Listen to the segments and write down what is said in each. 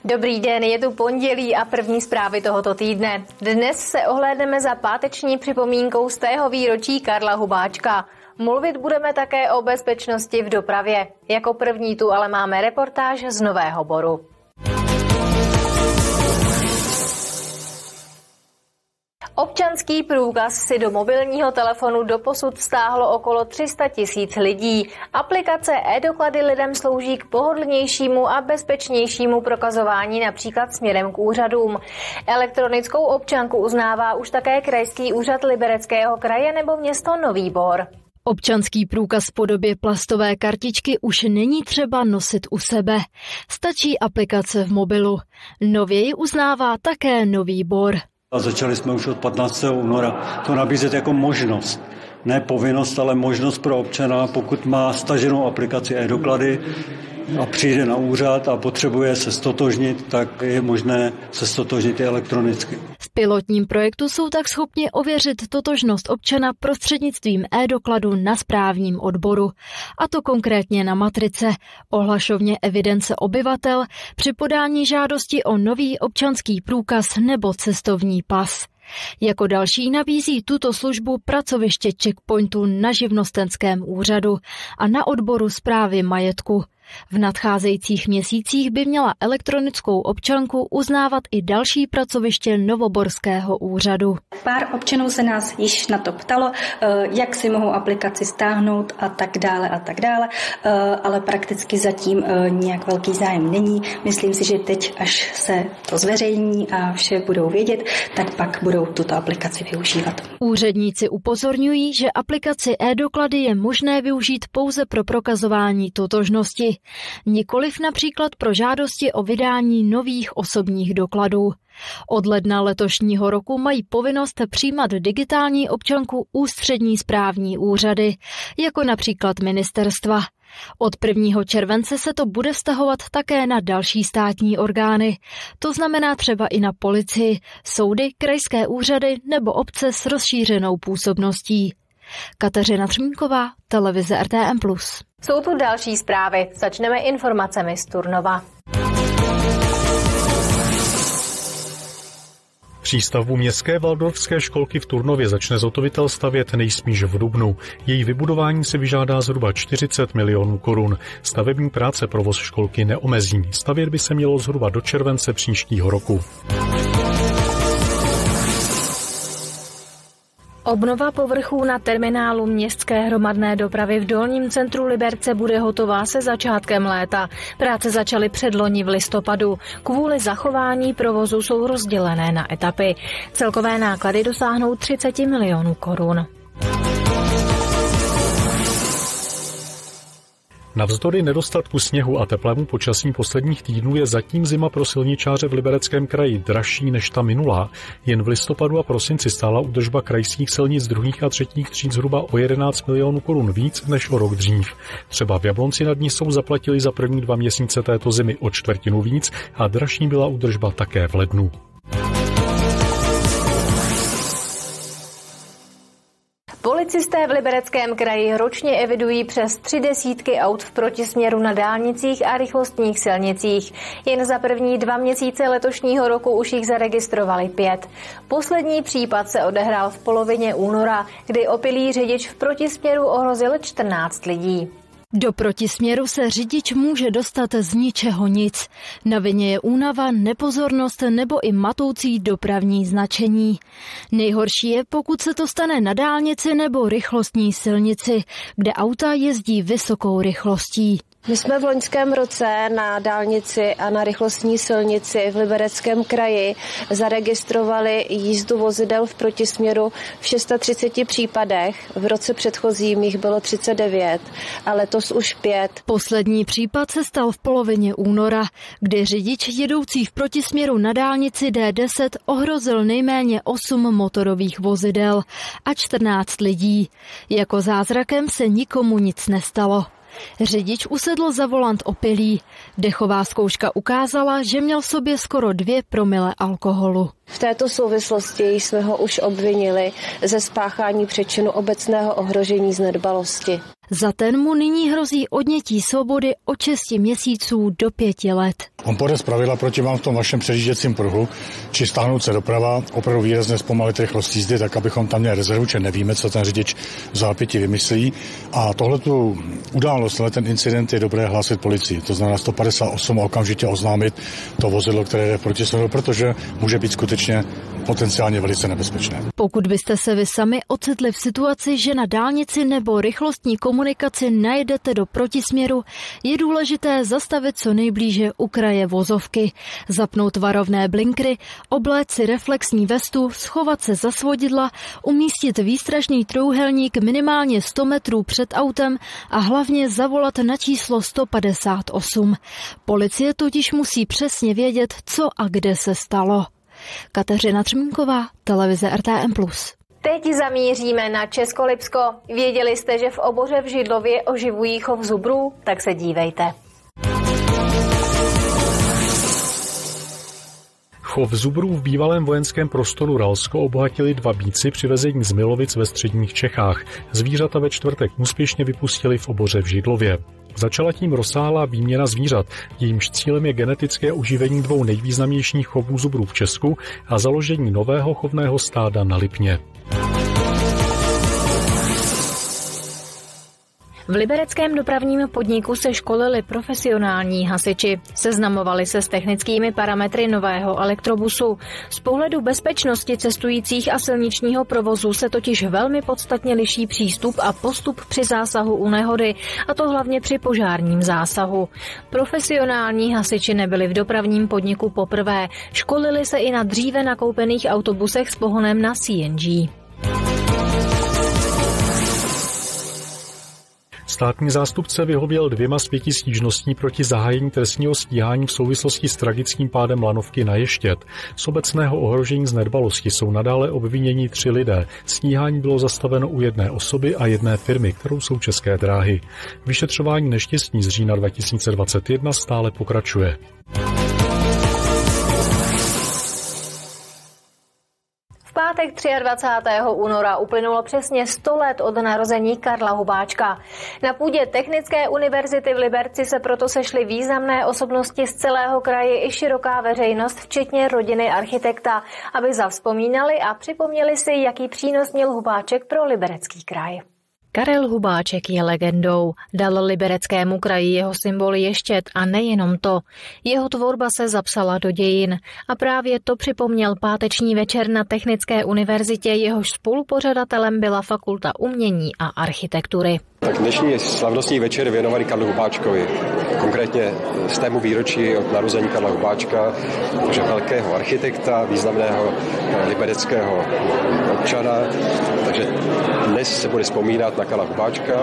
Dobrý den, je tu pondělí a první zprávy tohoto týdne. Dnes se ohlédneme za páteční připomínkou 100. výročí Karla Hubáčka. Mluvit budeme také o bezpečnosti v dopravě. Jako první tu ale máme reportáž z Nového Boru. Občanský průkaz si do mobilního telefonu doposud stáhlo okolo 300 000 lidí. Aplikace e-doklady lidem slouží k pohodlnějšímu a bezpečnějšímu prokazování například směrem k úřadům. Elektronickou občanku uznává už také Krajský úřad Libereckého kraje nebo město Nový Bor. Občanský průkaz v podobě plastové kartičky už není třeba nosit u sebe. Stačí aplikace v mobilu. Nově ji uznává také Nový Bor. A začali jsme už od 15. února to nabízet jako možnost. Ne povinnost, ale možnost pro občana, pokud má staženou aplikaci e-doklady a přijde na úřad a potřebuje se ztotožnit, tak je možné se ztotožnit i elektronicky. V pilotním projektu jsou tak schopni ověřit totožnost občana prostřednictvím e-dokladu na správním odboru. A to konkrétně na matrice, ohlašovně evidence obyvatel, při podání žádosti o nový občanský průkaz nebo cestovní pas. Jako další nabízí tuto službu pracoviště Checkpointu na živnostenském úřadu a na odboru správy majetku. V nadcházejících měsících by měla elektronickou občanku uznávat i další pracoviště Novoborského úřadu. Pár občanů se nás již na to ptalo, jak si mohou aplikaci stáhnout a tak dále, ale prakticky zatím nějak velký zájem není. Myslím si, že teď, až se to zveřejní a vše budou vědět, tak pak budou tuto aplikaci využívat. Úředníci upozorňují, že aplikaci e-doklady je možné využít pouze pro prokazování totožnosti. Nikoliv například pro žádosti o vydání nových osobních dokladů. Od ledna letošního roku mají povinnost přijímat digitální občanku ústřední správní úřady, jako například ministerstva. Od 1. července se to bude vztahovat také na další státní orgány. To znamená třeba i na policii, soudy, krajské úřady nebo obce s rozšířenou působností. Kateřina Třmínková, televize RTM+. Jsou tu další zprávy. Začneme informacemi z Turnova. Přístavbu městské waldorfské školky v Turnově začne zhotovitel stavět nejspíš v dubnu. Její vybudování se vyžádá zhruba 40 milionů korun. Stavební práce provoz školky neomezí. Stavět by se mělo zhruba do července příštího roku. Obnova povrchů na terminálu městské hromadné dopravy v Dolním centru Liberce bude hotová se začátkem léta. Práce začaly předloni v listopadu. Kvůli zachování provozu jsou rozdělené na etapy. Celkové náklady dosáhnou 30 milionů korun. Navzdory nedostatku sněhu a teplému počasí posledních týdnů je zatím zima pro silničáře v Libereckém kraji dražší než ta minulá. Jen v listopadu a prosinci stála údržba krajských silnic druhých a třetích tříd zhruba o 11 milionů korun víc než o rok dřív. Třeba v Jablonci nad Nisou zaplatili za první 2 měsíce této zimy o čtvrtinu víc a dražší byla údržba také v lednu. Policisté v Libereckém kraji ročně evidují přes 30 aut v protisměru na dálnicích a rychlostních silnicích. Jen za první 2 měsíce letošního roku už jich zaregistrovali 5. Poslední případ se odehrál v polovině února, kdy opilý řidič v protisměru ohrozil 14 lidí. Do protisměru se řidič může dostat z ničeho nic. Na vině je únava, nepozornost nebo i matoucí dopravní značení. Nejhorší je, pokud se to stane na dálnici nebo rychlostní silnici, kde auta jezdí vysokou rychlostí. My jsme v loňském roce na dálnici a na rychlostní silnici v Libereckém kraji zaregistrovali jízdu vozidel v protisměru v 630 případech. V roce předchozím jich bylo 39 a letos už 5. Poslední případ se stal v polovině února, kdy řidič jedoucí v protisměru na dálnici D10 ohrozil nejméně 8 motorových vozidel a 14 lidí. Jako zázrakem se nikomu nic nestalo. Řidič usedl za volant opilý. Dechová zkouška ukázala, že měl v sobě skoro 2 promile alkoholu. V této souvislosti jsme ho už obvinili ze spáchání přečinu obecného ohrožení z nedbalosti. Za ten mu nyní hrozí odnětí svobody od 6 měsíců do 5 let. On půjde zpravidla proti vám v tom vašem předjížděcím pruhu, či stáhnout se doprava, opravdu výrazně zpomalit rychlost jízdy, tak abychom tam měli rezervu, že nevíme, co ten řidič v zápěti vymyslí. A tohletu událost, ten incident je dobré hlásit policii. To znamená 158 a okamžitě oznámit to vozidlo, které je proti směru, protože může být skutečně potenciálně velice nebezpečné. Pokud byste se vy sami ocitli v situaci, že na dálnici nebo rychlostní komunikaci najedete do protisměru, je důležité zastavit co nejblíže u kraje vozovky, zapnout varovné blinkry, obléct si reflexní vestu, schovat se za svodidla, umístit výstražný trojúhelník minimálně 100 metrů před autem a hlavně zavolat na číslo 158. Policie totiž musí přesně vědět, co a kde se stalo. Kateřina Třmínková, televize RTM+. Teď zamíříme na Českolipsko. Věděli jste, že v Oboře v Židlově oživují chov zubrů? Tak se dívejte. Chov zubrů v bývalém vojenském prostoru Ralsko obohatili 2 býci přivezení z Milovic ve středních Čechách. Zvířata ve čtvrtek úspěšně vypustili v Oboře v Židlově. Začala tím rozsáhlá výměna zvířat, jejímž cílem je genetické oživení 2 nejvýznamnějších chovů zubrů v Česku a založení nového chovného stáda na Lipně. V libereckém dopravním podniku se školili profesionální hasiči. Seznamovali se s technickými parametry nového elektrobusu. Z pohledu bezpečnosti cestujících a silničního provozu se totiž velmi podstatně liší přístup a postup při zásahu u nehody, a to hlavně při požárním zásahu. Profesionální hasiči nebyli v dopravním podniku poprvé. Školili se i na dříve nakoupených autobusech s pohonem na CNG. Státní zástupce vyhověl 2 z 5 stížností proti zahájení trestního stíhání v souvislosti s tragickým pádem lanovky na Ještěd. Z obecného ohrožení z nedbalosti jsou nadále obviněni 3 lidé. Stíhání bylo zastaveno u 1 osoby a 1 firmy, kterou jsou České dráhy. Vyšetřování neštěstí z října 2021 stále pokračuje. V pátek 23. února uplynulo přesně 100 let od narození Karla Hubáčka. Na půdě Technické univerzity v Liberci se proto sešly významné osobnosti z celého kraje i široká veřejnost, včetně rodiny architekta, aby zavzpomínali a připomněli si, jaký přínos měl Hubáček pro Liberecký kraj. Karel Hubáček je legendou. Dal Libereckému kraji jeho symbol Ještěd a nejenom to. Jeho tvorba se zapsala do dějin a právě to připomněl páteční večer na Technické univerzitě, jehož spolupořadatelem byla Fakulta umění a architektury. Tak dnešní slavnostní večer věnovaný Karlu Hubáčkovi, konkrétně z tému výročí od narození Karla Hubáčka, takže velkého architekta, významného libereckého občana. Takže dnes se bude vzpomínat na Karla Hubáčka,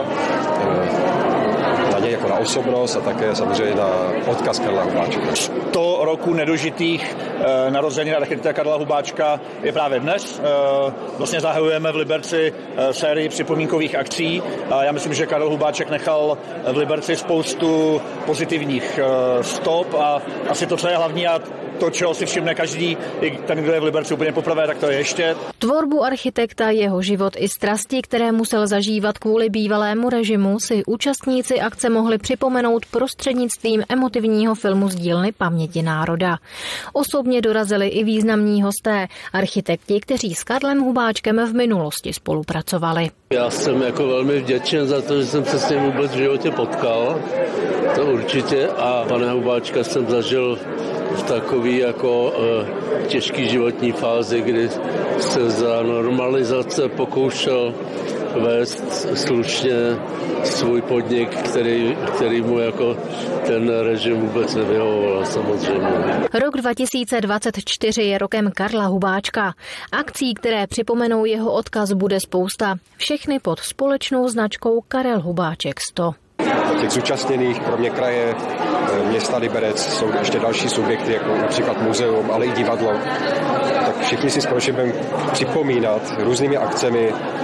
na něj jako na osobnost a také samozřejmě na odkaz Karla Hubáčka. 100 roků nedožitých narození architekta Karla Hubáčka je právě dnes. Vlastně zahajujeme v Liberci sérii připomínkových akcí a já myslím, že Karel Hubáček nechal v Liberci spoustu pozitivních stop a asi to, co je hlavní a to, čeho si všimne každý, ten, kdo je v Liberci úplně poprvé, tak to je Ještěd. Tvorbu architekta, jeho život i strasti, které musel zažívat kvůli bývalému režimu, si účastníci akce mohli připomenout prostřednictvím emotivního filmu z dílny Paměti národa. Osobně dorazili i významní hosté, architekti, kteří s Karlem Hubáčkem v minulosti spolupracovali. Já jsem jako velmi vděčen za to, že jsem se s ním vůbec v životě potkal, to určitě, a pana Hubáčka jsem zažil v takový jako těžký životní fázi, kdy se za normalizace pokoušel vést slušně svůj podnik, který mu jako ten režim vůbec nevyhovoval samozřejmě. Rok 2024 je rokem Karla Hubáčka. Akcí, které připomenou jeho odkaz, bude spousta. Všechny pod společnou značkou Karel Hubáček 100. Těch zúčastněných, kromě kraje, města Liberec, jsou ještě další subjekty, jako například muzeum, ale i divadlo. Tak všichni si společně budeme připomínat různými akcemi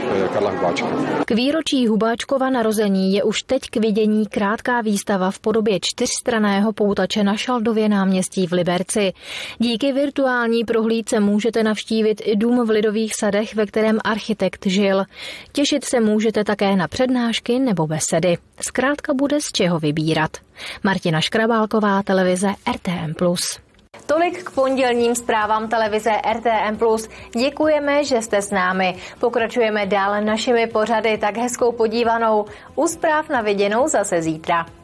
Karla Hubáčka. K výročí Hubáčkova narození je už teď k vidění krátká výstava v podobě 4stránného poutače na Šaldově náměstí v Liberci. Díky virtuální prohlídce můžete navštívit i dům v Lidových sadech, ve kterém architekt žil. Těšit se můžete také na přednášky nebo besedy. Zkrátka bude z čeho vybírat. Martina Škrabálková, televize RTM+. Tolik k pondělním zprávám televize RTM+. Děkujeme, že jste s námi. Pokračujeme dále našimi pořady, tak hezkou podívanou. U zpráv na viděnou zase zítra.